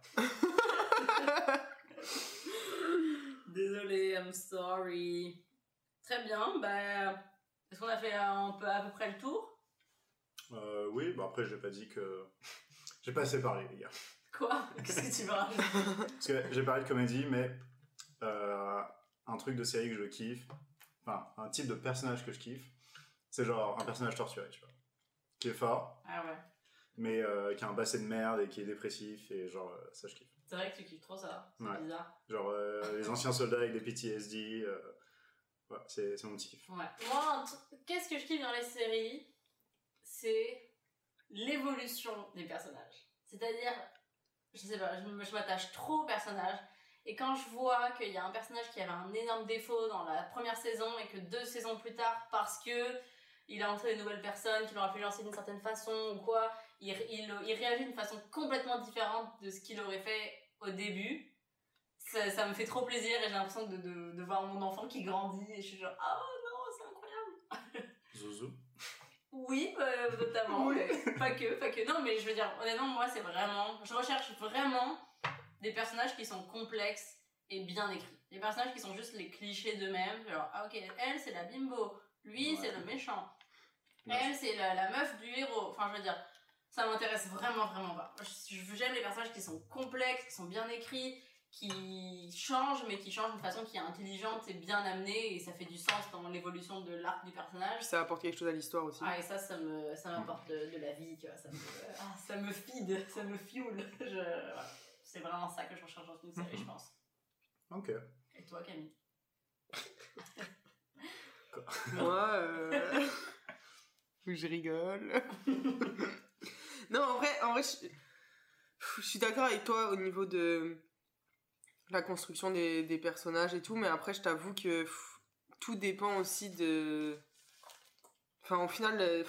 Désolée, I'm sorry. Très bien, bah. Est-ce qu'on a fait un peu, à peu près le tour? Euh, oui, bah après, j'ai pas dit que. J'ai pas assez parlé, les gars. Quoi? Qu'est-ce que tu veux rajouter? Parce que j'ai parlé de comédie, mais euh, un truc de série que je kiffe, enfin, un type de personnage que je kiffe, c'est genre un personnage torturé, tu vois. Qui est fort, Ah ouais. mais euh, qui a un passé de merde et qui est dépressif, et genre, euh, ça je kiffe. C'est vrai que tu kiffes trop ça. C'est Ouais. bizarre. Genre, euh, les anciens soldats avec des P T S D, euh, ouais, c'est c'est mon petit kiff. Ouais. Moi, un truc- qu'est-ce que je kiffe dans les séries? C'est l'évolution des personnages. C'est-à-dire, je sais pas, je, me- je m'attache trop aux personnages. Et quand je vois qu'il y a un personnage qui avait un énorme défaut dans la première saison et que deux saisons plus tard, parce que il a entré de nouvelles personnes qui l'ont influencé d'une certaine façon ou quoi, il, il, il réagit d'une façon complètement différente de ce qu'il aurait fait au début. Ça, ça me fait trop plaisir et j'ai l'impression de, de, de voir mon enfant qui grandit et je suis genre, oh non, c'est incroyable. Zouzou. Oui, euh, notamment, Oui. mais pas que, pas que. Non, mais je veux dire, honnêtement, moi, c'est vraiment... Je recherche vraiment des personnages qui sont complexes et bien écrits. Des personnages qui sont juste les clichés d'eux-mêmes. Genre, ah ok, elle, c'est la bimbo. Lui, Ouais. c'est le méchant. Ouais. Elle, c'est la, la meuf du héros. Enfin, je veux dire, ça m'intéresse vraiment, vraiment pas. Je- je- J'aime les personnages qui sont complexes, qui sont bien écrits, qui changent, mais qui changent d'une façon qui est intelligente et bien amenée, et ça fait du sens dans l'évolution de l'arc du personnage. Ça apporte quelque chose à l'histoire aussi. Ah, et ça, ça me, ça m'apporte de, de la vie, tu vois, ça me, ah, ça me feed, ça me fuel. Je, voilà. C'est vraiment ça que je recherche dans une série, je pense. Ok. Et toi, Camille? Moi, euh... je rigole. Non, en vrai, en vrai, je, je suis d'accord avec toi au niveau de la construction des, des personnages et tout, mais après, je t'avoue que pff, tout dépend aussi de... Enfin, au final, euh,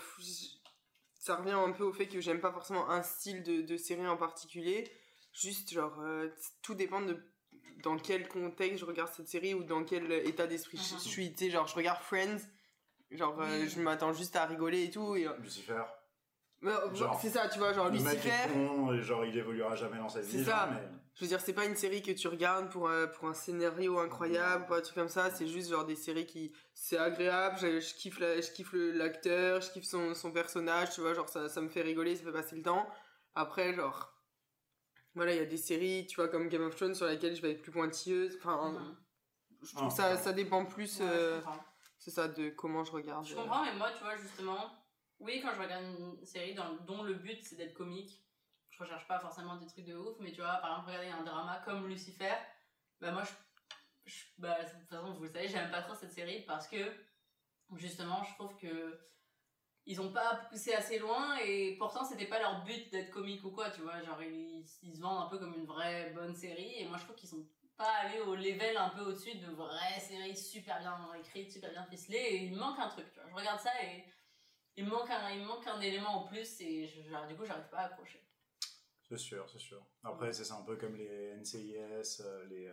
ça revient un peu au fait que j'aime pas forcément un style de, de série en particulier. Juste, genre, euh, tout dépend de dans quel contexte je regarde cette série ou dans quel état d'esprit Mhm. je suis. Tu sais, genre, je regarde Friends, genre, euh, Oui. je m'attends juste à rigoler et tout. Et... Lucifer. Mais, euh, Genre, c'est ça, tu vois, genre Le mec Lucifer. est con, et genre il évoluera jamais dans sa vie. C'est genre, ça. mais... Je veux dire, c'est pas une série que tu regardes pour, euh, pour un scénario incroyable, pour un truc comme ça. C'est juste genre des séries qui. C'est agréable, je, je kiffe la- je kiffe le- l'acteur, je kiffe son, son personnage, tu vois, genre ça, ça me fait rigoler, ça fait passer le temps. Après, genre. Voilà, il y a des séries, tu vois, comme Game of Thrones sur lesquelles je vais être plus pointilleuse. Enfin, Mhm. je trouve Ah, ça, ouais. ça dépend plus, Ouais, euh, je comprends. c'est ça, de comment je regarde. Je euh. comprends, mais moi, tu vois, justement, oui, quand je regarde une série dans- dont le but c'est d'être comique, je recherche pas forcément des trucs de ouf, mais tu vois, par exemple, regarder un drama comme Lucifer, bah moi, je, je- bah, de toute façon, vous le savez, j'aime pas trop cette série parce que, justement, je trouve que ils ont pas poussé assez loin et pourtant c'était pas leur but d'être comique ou quoi, tu vois, genre ils, ils se vendent un peu comme une vraie bonne série et moi je trouve qu'ils sont pas allés au level un peu au-dessus de vraies séries super bien écrites, super bien ficelées et il me manque un truc, tu vois, je regarde ça et il me manque un, il me manque un élément en plus et je, genre, du coup j'arrive pas à accrocher. C'est sûr, c'est sûr. Après, c'est ça un peu comme les N C I S, euh, les euh,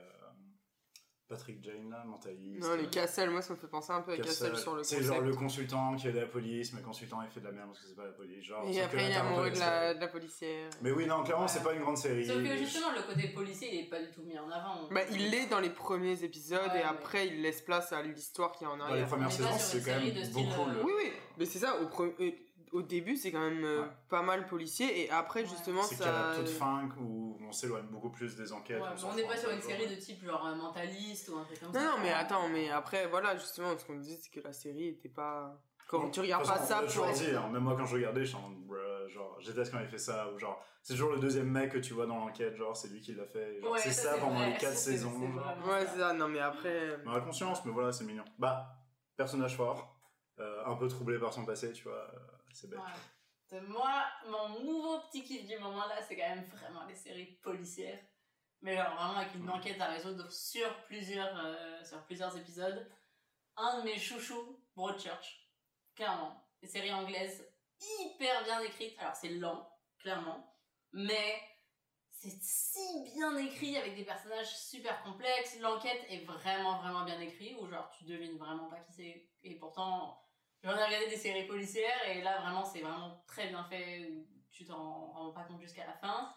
Patrick Jane, là, mentaliste. Non, les Cassel, moi ça me fait penser un peu à Cassel Cassel. sur le C'est concept. genre le consultant qui est de la police, mais le consultant il fait de la merde parce que c'est pas la police. Genre, Et sauf que après là, il est t'as un peu amoureux de la, l'expérience. de la policière. Mais oui, non, clairement, Ouais. c'est pas une grande série. Sauf que justement le côté policier il est pas du tout mis en avant. Bah, il l'est dans les premiers épisodes Ouais, et ouais. après il laisse place à l'histoire qui est en Dans les arrière. premières On est pas saisons, sur c'est une quand série même de style, beaucoup euh, le. Oui, oui, mais c'est ça, au, pre- euh, au début c'est quand même euh, Ouais. pas mal policier et après Ouais. justement C'est qu'à la ça. toute fin où on s'éloigne beaucoup plus des enquêtes. Ouais, on mais s'en on n'est fout pas un sur peu, une genre, série ouais. de type genre euh, mentaliste ou un truc comme Non, ça. non, mais attends, mais après voilà, justement, ce qu'on disait c'est que la série était pas. Quand Bon, tu regardes de pas toute façon, ça on l'a pour. toujours dit, hein, même moi quand je regardais, j'étais en mode, bruh, genre, j'étais quand il fait ça, ou genre, c'est toujours le deuxième mec que tu vois dans l'enquête, genre, c'est lui qui l'a fait, et genre, Ouais, c'est ça, ça c'est pendant vrai, les quatre c'est- saisons, c'est genre. vraiment Ouais, ça. c'est ça, non, mais après. On a conscience, mais voilà, c'est mignon. Bah, personnage fort, euh, un peu troublé par son passé, tu vois, euh, c'est bête. Ouais. De moi, mon nouveau petit kiff du moment là, c'est quand même vraiment les séries policières. Mais genre vraiment avec une Ouais. enquête à résoudre sur plusieurs, euh, sur plusieurs épisodes. Un de mes chouchous, Broadchurch. Clairement. Des séries anglaises hyper bien écrites. Alors c'est lent, clairement. Mais c'est si bien écrit avec des personnages super complexes. L'enquête est vraiment, vraiment bien écrite. Où genre tu devines vraiment pas qui c'est. Et pourtant, j'en ai regardé des séries policières. Et là vraiment, c'est vraiment très bien fait. Où tu t'en rends pas compte jusqu'à la fin.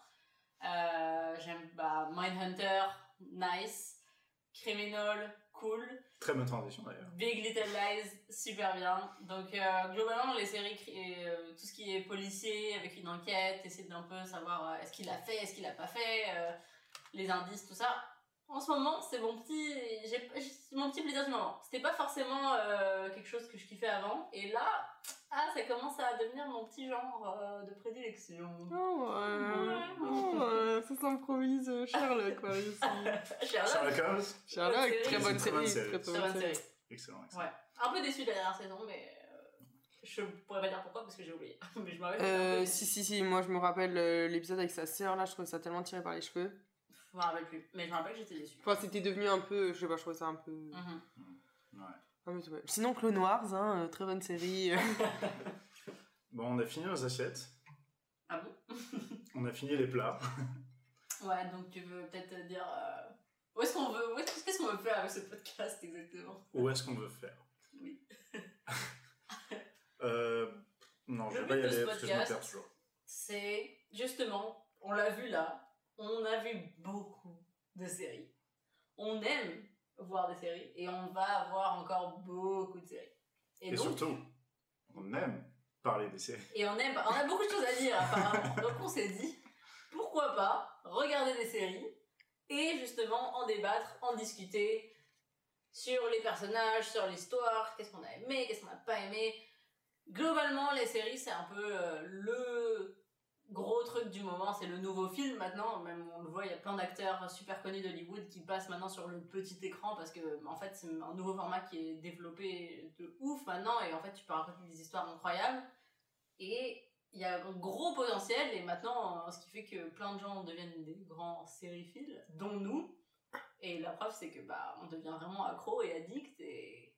Euh, j'aime bah, Mindhunter, nice. Criminal, cool. Très bonne transition d'ailleurs. Big Little Lies, super bien. Donc, euh, globalement, les séries, cri- euh, tout ce qui est policier, avec une enquête, essayer d'un peu savoir euh, est-ce qu'il l'a fait, est-ce qu'il l'a pas fait, euh, les indices, tout ça. En ce moment, c'est mon petit, j'ai, j'ai- c'est mon petit plaisir du moment. C'était pas forcément euh, quelque chose que je kiffais avant, et là, ah, ça commence à devenir mon petit genre euh, de prédilection. Oh, ouais, Ouais. oh, ouais, ça s'improvise euh, Sherlock, quoi, ici. Sherlock, Sherlock Holmes, Sherlock, série. très bonne Très bonne série, série. très très bonne bonne série. série. excellent, excellent. Ouais. Un peu déçu de la dernière saison, mais euh, je pourrais pas dire pourquoi parce que j'ai oublié. Mais je me rappelle. que j'étais un peu Euh, déçue. si, si, si, moi je me rappelle euh, l'épisode avec sa sœur, là, je trouvais ça tellement tiré par les cheveux. Je me rappelle plus, mais je me rappelle que j'étais déçue. Enfin, c'était devenu un peu, je sais pas, je trouvais ça un peu. Mhm. Ouais. un peu tout bête. Sinon, Clone Wars, hein, euh, très bonne série. Bon, on a fini nos assiettes, Ah bon? on a fini les plats. Ouais, donc tu veux peut-être dire. Euh, où est-ce qu'on veut. Où est-ce, qu'est-ce qu'on veut faire avec ce podcast exactement? Où est-ce qu'on veut faire? Oui. euh, Non, je Le vais pas y but de ce aller parce que je me podcast, perds toujours. C'est justement, on l'a vu là, on a vu beaucoup de séries. On aime voir des séries et on va avoir encore beaucoup de séries. Et, donc, surtout, on aime parler des séries. Et on aime, on a beaucoup de choses à dire apparemment. Donc on s'est dit, pourquoi pas regarder des séries et justement en débattre, en discuter sur les personnages, sur l'histoire, qu'est-ce qu'on a aimé, qu'est-ce qu'on n'a pas aimé. Globalement, les séries, c'est un peu euh, le gros truc du moment, c'est le nouveau film maintenant. Même on le voit, il y a plein d'acteurs super connus d'Hollywood qui passent maintenant sur le petit écran parce que en fait c'est un nouveau format qui est développé de ouf maintenant et en fait tu peux raconter des histoires incroyables et il y a un gros potentiel et maintenant ce qui fait que plein de gens deviennent des grands sériphiles dont nous et la preuve c'est que bah on devient vraiment accro et addict et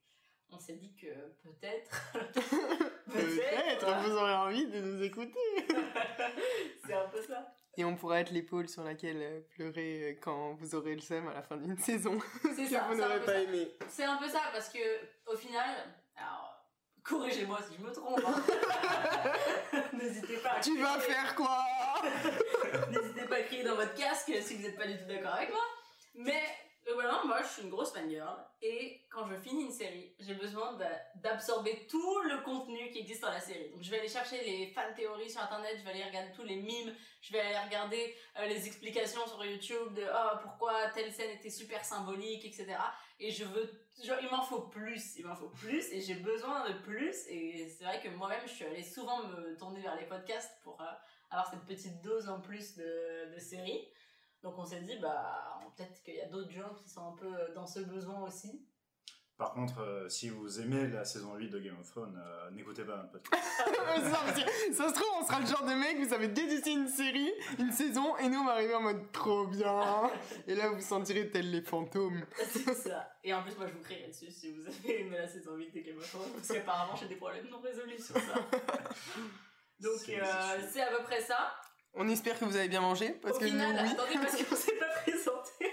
on s'est dit que peut-être... Peut-être, ouais. vous aurez envie de nous écouter. C'est un peu ça. Et on pourra être l'épaule sur laquelle euh, pleurer euh, quand vous aurez le seum à la fin d'une saison. C'est que ça, vous c'est un n'aurez peu pas ça. aimé. C'est un peu ça, parce que au final... Alors, corrigez-moi si je me trompe. Hein. N'hésitez pas à Tu vas crier. faire quoi? N'hésitez pas à crier dans votre casque si vous n'êtes pas du tout d'accord avec moi. Mais globalement, moi, je suis une grosse fangirl. Et quand je finis une série, j'ai besoin d'a- d'absorber tout le contenu qui existe dans la série. Donc, je vais aller chercher les fan théories sur Internet, je vais aller regarder tous les mimes, je vais aller regarder euh, les explications sur YouTube de oh, pourquoi telle scène était super symbolique, et cetera. Et je veux, genre, il m'en faut plus, il m'en faut plus, et j'ai besoin de plus. Et c'est vrai que moi-même, je suis allée souvent me tourner vers les podcasts pour euh, avoir cette petite dose en plus de, de séries. Donc on s'est dit, bah, peut-être qu'il y a d'autres gens qui sont un peu dans ce besoin aussi. Par contre, euh, si vous aimez la saison huit de Game of Thrones, euh, n'écoutez pas notre podcast. Ouais, c'est ça, parce que ça se trouve, on sera le genre de mec, vous avez détesté une série, une saison, et nous on va arriver en mode trop bien. Et là vous vous sentirez tels les fantômes. C'est ça. Et en plus, moi je vous crierai dessus si vous avez aimé la saison huit de Game of Thrones, parce qu'apparemment j'ai des problèmes non résolus sur ça. Donc C'est- euh, c'est- c'est à peu près ça. On espère que vous avez bien mangé, parce Au que final, nous, oui. attendez, parce qu'on s'est pas présenté.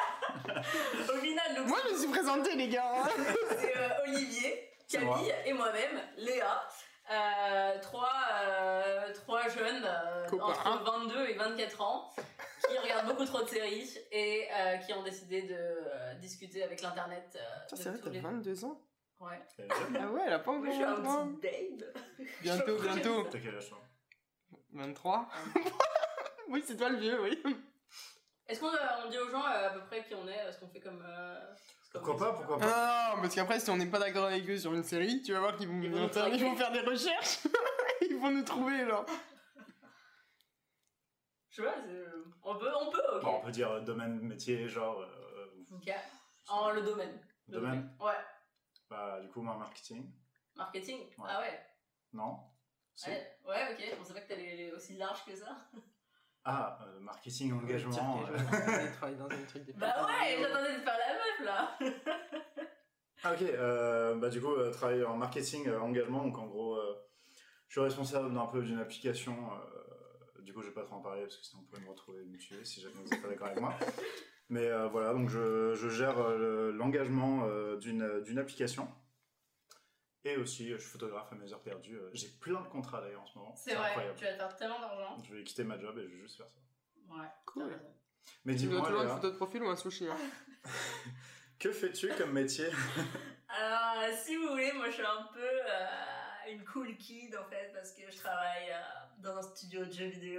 Au final, donc, Moi je me suis présentée les gars. hein. c'est euh, Olivier, C'est Camille et moi-même, Léa. Euh, trois, euh, trois jeunes euh, Copains. entre vingt-deux et vingt-quatre ans qui regardent beaucoup trop de séries et euh, qui ont décidé de euh, discuter avec l'internet. Euh, Putain, de c'est vrai, tous t'as les- vingt-deux ans. Ouais. T'as quel âge Ah ouais, elle a pas Moi, encore je suis un vingt-trois ans. petit babe. Bientôt, Je suis bientôt. T'as quel âge toi? vingt-trois. Oui, c'est toi le vieux, oui. Est-ce qu'on euh, on dit aux gens euh, à peu près qui on est, ce qu'on fait comme. Euh, comme Pourquoi pas, pourquoi pas? Ah non, parce qu'après, si on n'est pas d'accord avec eux sur une série, tu vas voir qu'ils vont, Ils vont nous ils vont traquer. faire des recherches. Ils vont nous trouver, genre. Je sais pas, c'est- on peut, on peut, ok. Bon, on peut dire euh, domaine, métier, genre... euh, Ok. En le domaine. Le Domaine. Ouais. Bah, du coup, moi, marketing. Marketing. Ouais. Ah ouais. Non? Si. Ouais, ouais, ok. Je pensais pas que t'allais aussi large que ça. Ah, euh, marketing, engagement... Dire euh, que je vais travailler dans un truc de Bah ouais, j'attendais de faire la meuf là. Ah, ok, euh, bah du coup, euh, travailler en marketing, euh, engagement, donc en gros, euh, je suis responsable d'un peu d'une application, euh, du coup je vais pas trop en parler parce que sinon on pourrait me retrouver et me tuer si jamais vous êtes pas d'accord avec moi. Mais euh, voilà, donc je, je gère euh, le- l'engagement euh, d'une d'une application. Et aussi, euh, je suis photographe à mes heures perdues. Euh, J'ai plein de contrats d'ailleurs en ce moment. C'est vrai, incroyable. tu vas te faire tellement d'argent. Je vais quitter ma job et je vais juste faire ça. Ouais, Cool. t'as raison. Mais Tu dois dis-moi, toujours une Léa, photo de profil ou un sushi. Hein. que fais-tu comme métier? Alors, euh, si vous voulez, moi je suis un peu euh, une cool kid en fait, parce que je travaille euh, dans un studio de jeux vidéo.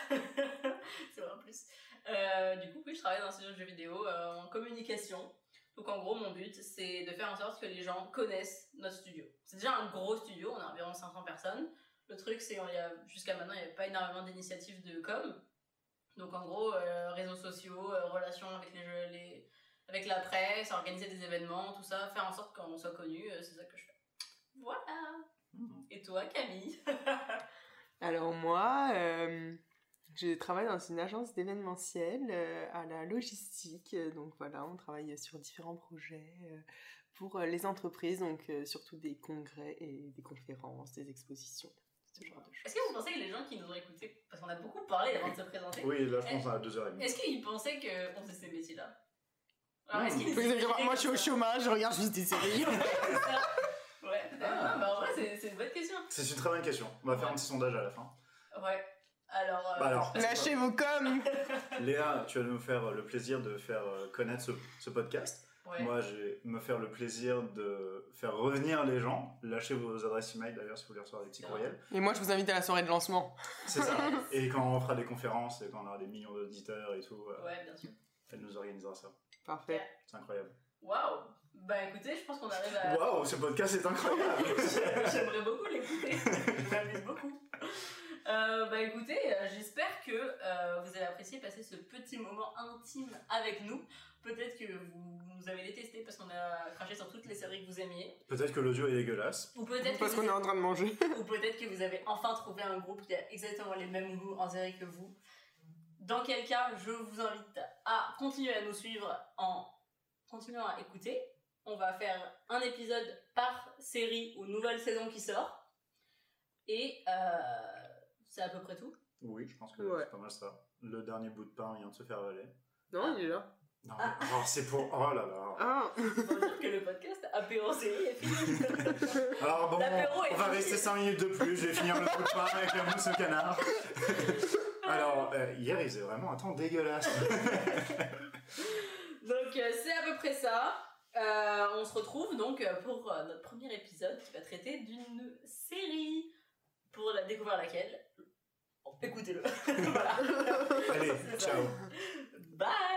C'est vrai en plus. Euh, du coup, oui, je travaille dans un studio de jeux vidéo euh, en communication. Donc en gros, mon but, c'est de faire en sorte que les gens connaissent notre studio. C'est déjà un gros studio, on a environ cinq cents personnes. Le truc, c'est que jusqu'à maintenant, il n'y avait pas énormément d'initiatives de com. Donc en gros, euh, réseaux sociaux, euh, relations avec les jeux, les... avec la presse, organiser des événements, tout ça, faire en sorte qu'on soit connu, euh, c'est ça que je fais. Voilà. Hmm. Et toi, Camille? Alors moi, euh, je travaille dans une agence d'événementiel euh, à la logistique. Euh, Donc voilà, on travaille sur différents projets euh, pour euh, les entreprises, donc euh, surtout des congrès et des conférences, des expositions, ce genre de choses. Est-ce que vous pensez que les gens qui nous ont écoutés, parce qu'on a beaucoup parlé avant de se présenter, Oui, là je pense à deux heures trente. est-ce qu'ils pensaient qu'on faisait ces métiers-là? Alors, Mmh. est-ce qu'ils Vous allez dire, imaginaient moi je suis au comme ça? chômage, je regarde juste des séries. C'est ça. Ouais, Ah. ah, bah en vrai, c'est c'est une bonne question. C'est une très bonne question. On va faire un petit sondage à la fin. Ouais. Alors, euh, Bah alors. Lâchez vos coms. Léa, tu vas nous faire le plaisir de faire euh, connaître ce, ce podcast. ouais. Moi, je vais me faire le plaisir de faire revenir les gens. Lâchez vos adresses email d'ailleurs si vous voulez recevoir des petits C'est courriels. Et moi je vous invite à la soirée de lancement. C'est ça. Et quand on fera des conférences et quand on aura des millions d'auditeurs et tout, euh, Ouais, bien sûr. elle nous organisera ça. Parfait. C'est incroyable. Waouh. Bah écoutez, je pense qu'on arrive à... Waouh, ce podcast est incroyable. J'aimerais beaucoup l'écouter. Je m'amuse beaucoup. Euh, bah écoutez, euh, j'espère que euh, vous avez apprécié passer ce petit moment intime avec nous. Peut-être que vous nous avez détesté parce qu'on a craché sur toutes les séries que vous aimiez. Peut-être que l'audio est dégueulasse. Ou peut-être que, Parce vous- qu'on est en train de manger. ou peut-être que vous avez enfin trouvé un groupe qui a exactement les mêmes goûts en série que vous. Dans quel cas, je vous invite à continuer à nous suivre en continuant à écouter on va faire un épisode par série ou nouvelle saison qui sort. Et euh, c'est à peu près tout. Oui, je pense que Ouais. c'est pas mal ça. Le dernier bout de pain vient de se faire avaler. Non, il est là. Non, mais, oh, c'est pour... Oh là là. Ah. On va dire que le podcast apéro série est fini. Alors bon, L'apéro est on va fini. rester cinq minutes de plus, je vais finir le bout de pain avec la mousse au canard. Alors, euh, hier, il faisait vraiment un temps dégueulasse. Donc euh, c'est à peu près ça. Euh, on se retrouve donc euh, pour euh, notre premier épisode qui va traiter d'une série pour la découvrir laquelle. Bon, écoutez-le. Voilà. Allez, C'est ça. ciao. Bye.